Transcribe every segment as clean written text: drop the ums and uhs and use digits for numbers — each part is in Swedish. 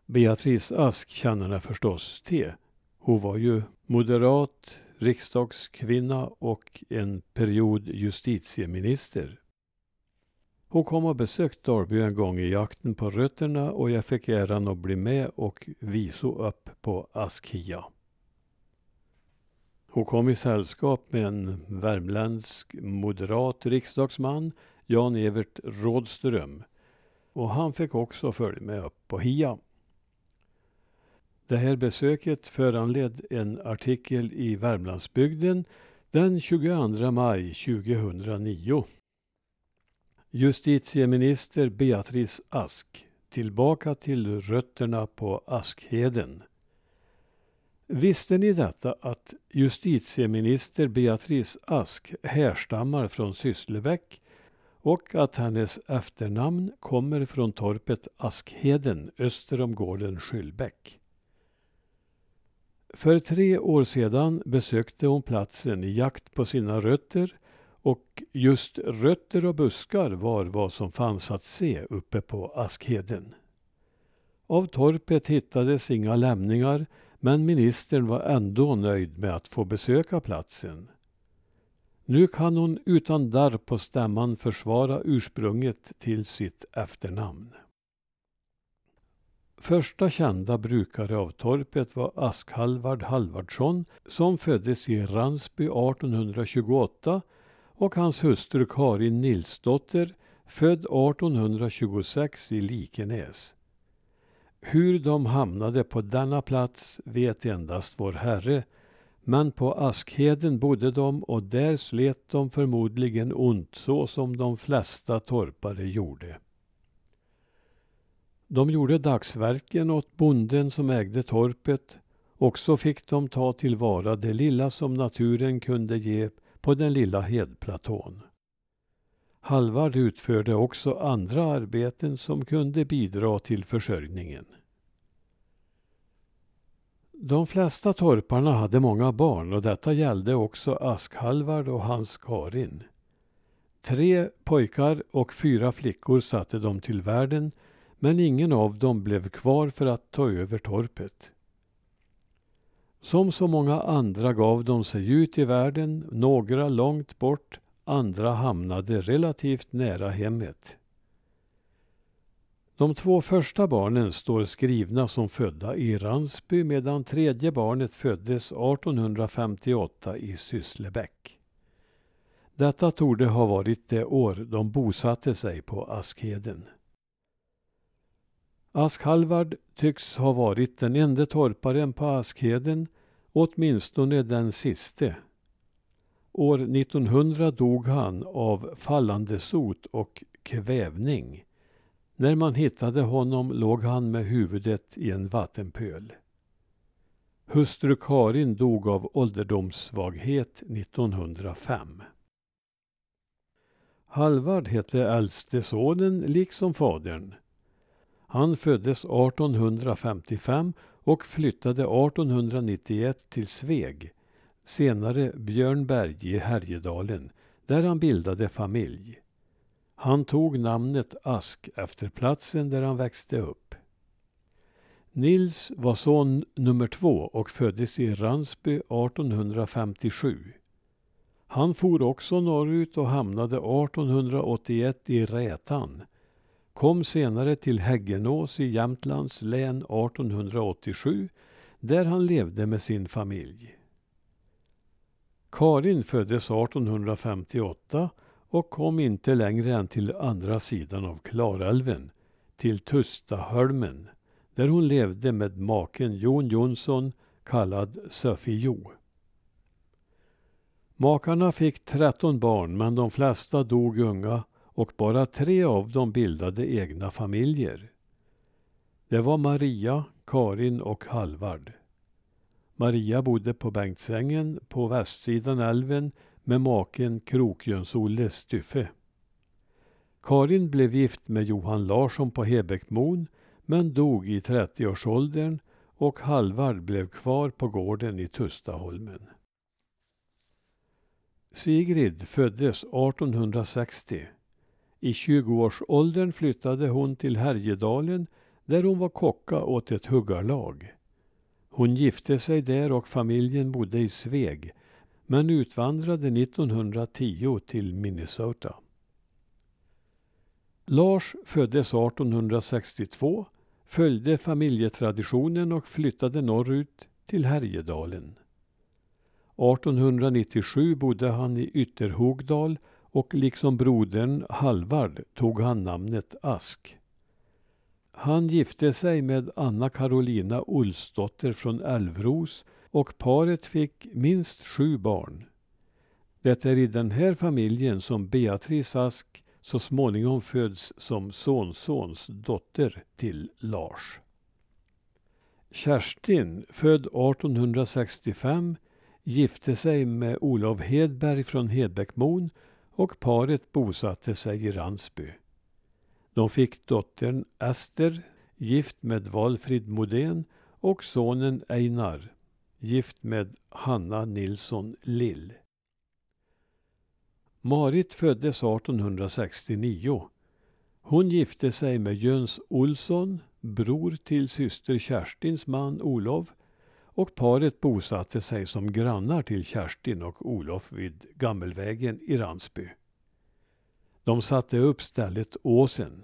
Beatrice Ask känner henne förstås till. Hon var ju moderat, riksdagskvinna och en period justitieminister. Hon kom och besökt Dalby en gång i jakten på rötterna och jag fick äran att bli med och visa upp på Askhia. Hon kom i sällskap med en värmländsk moderat riksdagsman, Jan-Evert Rådström, och han fick också följa med upp på Hia. Det här besöket föranledde en artikel i Värmlandsbygden den 22 maj 2009. Justitieminister Beatrice Ask tillbaka till rötterna på Askheden. Visste ni detta att justitieminister Beatrice Ask härstammar från Sysslebäck och att hennes efternamn kommer från torpet Askheden öster om gården Skyllbäck? För 3 år sedan besökte hon platsen i jakt på sina rötter och just rötter och buskar var vad som fanns att se uppe på Askheden. Av torpet hittades inga lämningar, men ministern var ändå nöjd med att få besöka platsen. Nu kan hon utan darr på stämman försvara ursprunget till sitt efternamn. Första kända brukare av torpet var Ask-Halvard Halvardsson som föddes i Ransby 1828 och hans hustru Karin Nilsdotter född 1826 i Likenäs. Hur de hamnade på denna plats vet endast vår Herre, men på Askheden bodde de och där slet de förmodligen ont så som de flesta torpare gjorde. De gjorde dagsverken åt bonden som ägde torpet och så fick de ta tillvara det lilla som naturen kunde ge på den lilla hedplatån. Halvard utförde också andra arbeten som kunde bidra till försörjningen. De flesta torparna hade många barn och detta gällde också Ask-Halvard och hans Karin. 3 pojkar och 4 flickor satte de till världen, men ingen av dem blev kvar för att ta över torpet. Som så många andra gav de sig ut i världen, några långt bort, andra hamnade relativt nära hemmet. De 2 första barnen står skrivna som födda i Ransby medan 3:e barnet föddes 1858 i Sysslebäck. Detta torde ha varit det år de bosatte sig på Askheden. Ask-Halvard tycks ha varit den enda torparen på Askheden, åtminstone den siste. År 1900 dog han av fallande sot och kvävning. När man hittade honom låg han med huvudet i en vattenpöl. Hustru Karin dog av ålderdomssvaghet 1905. Halvard hette äldste sonen liksom fadern. Han föddes 1855 och flyttade 1891 till Sveg, senare Björnberg i Härjedalen, där han bildade familj. Han tog namnet Ask efter platsen där han växte upp. Nils var son nummer 2 och föddes i Ransby 1857. Han for också norrut och hamnade 1881 i Rätan. Kom senare till Häggenås i Jämtlands län 1887, där han levde med sin familj. Karin föddes 1858 och kom inte längre än till andra sidan av Klarälven, till Tustahölmen, där hon levde med maken Jon Jonsson, kallad Sofio. Makarna fick 13 barn, men de flesta dog unga och bara 3 av dem bildade egna familjer. Det var Maria, Karin och Halvard. Maria bodde på Bengtsängen på västsidan älven med maken Krokjöns-Olle Styffe. Karin blev gift med Johan Larsson på Hebäckmon men dog i 30-årsåldern och Halvard blev kvar på gården i Tustaholmen. Sigrid föddes 1860. I 20-årsåldern flyttade hon till Härjedalen där hon var kocka åt ett huggarlag. Hon gifte sig där och familjen bodde i Sveg, men utvandrade 1910 till Minnesota. Lars föddes 1862, följde familjetraditionen och flyttade norrut till Härjedalen. 1897 bodde han i Ytterhogdal och liksom brodern Halvard tog han namnet Ask. Han gifte sig med Anna Carolina Olsdotter från Älvros och paret fick minst 7 barn. Det är i den här familjen som Beatrice Ask så småningom föds som sonsons dotter till Lars. Kerstin, född 1865, gifte sig med Olof Hedberg från Hedbäckmon och paret bosatte sig i Ransby. De fick dottern Ester, gift med Valfrid Modén, och sonen Einar, gift med Hanna Nilsson Lill. Marit föddes 1869. Hon gifte sig med Jöns Olsson, bror till syster Kerstins man Olof, och paret bosatte sig som grannar till Kerstin och Olof vid Gammelvägen i Ransby. De satte upp stället Åsen.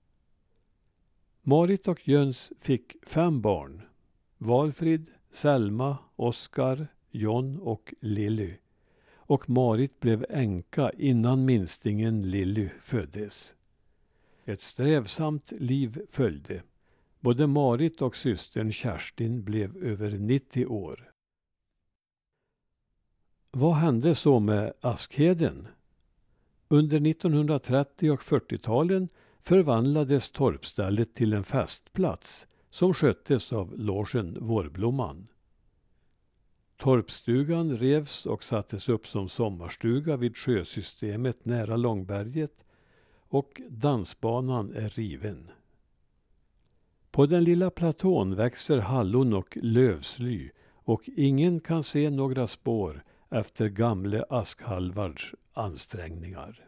Marit och Jöns fick 5 barn. Valfrid, Selma, Oskar, John och Lilly. Och Marit blev änka innan minstingen Lilly föddes. Ett strävsamt liv följde. Både Marit och systern Kerstin blev över 90 år. Vad hände så med Askheden? Under 1930- och 40-talen förvandlades torpstället till en festplats som sköttes av logen Vårblomman. Torpstugan revs och sattes upp som sommarstuga vid sjösystemet nära Långberget och dansbanan är riven. På den lilla platån växer hallon och lövsly och ingen kan se några spår efter gamle Ask-Halvards ansträngningar.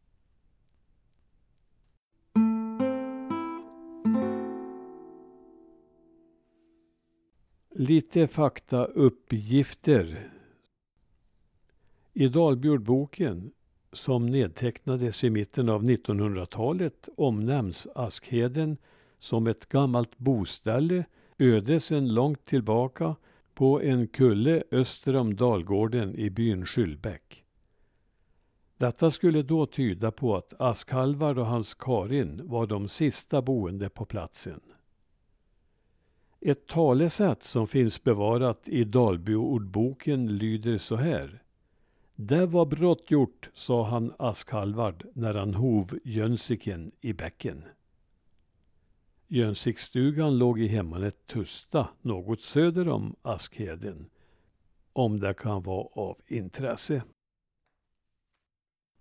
Lite faktauppgifter. I Dalbjordboken, som nedtecknades i mitten av 1900-talet, omnämns Askheden som ett gammalt boställe öde sedan långt tillbaka på en kulle öster om Dalgården i byn Skyllbäck. Detta skulle då tyda på att Ask-Halvard och hans Karin var de sista boende på platsen. Ett talesätt som finns bevarat i Dalbyordboken lyder så här: "Det var brott gjort", sa han Ask-Halvard när han hov jönsiken i bäcken. Jönsikstugan låg i hemmanet Tusta, något söder om Askheden, om det kan vara av intresse.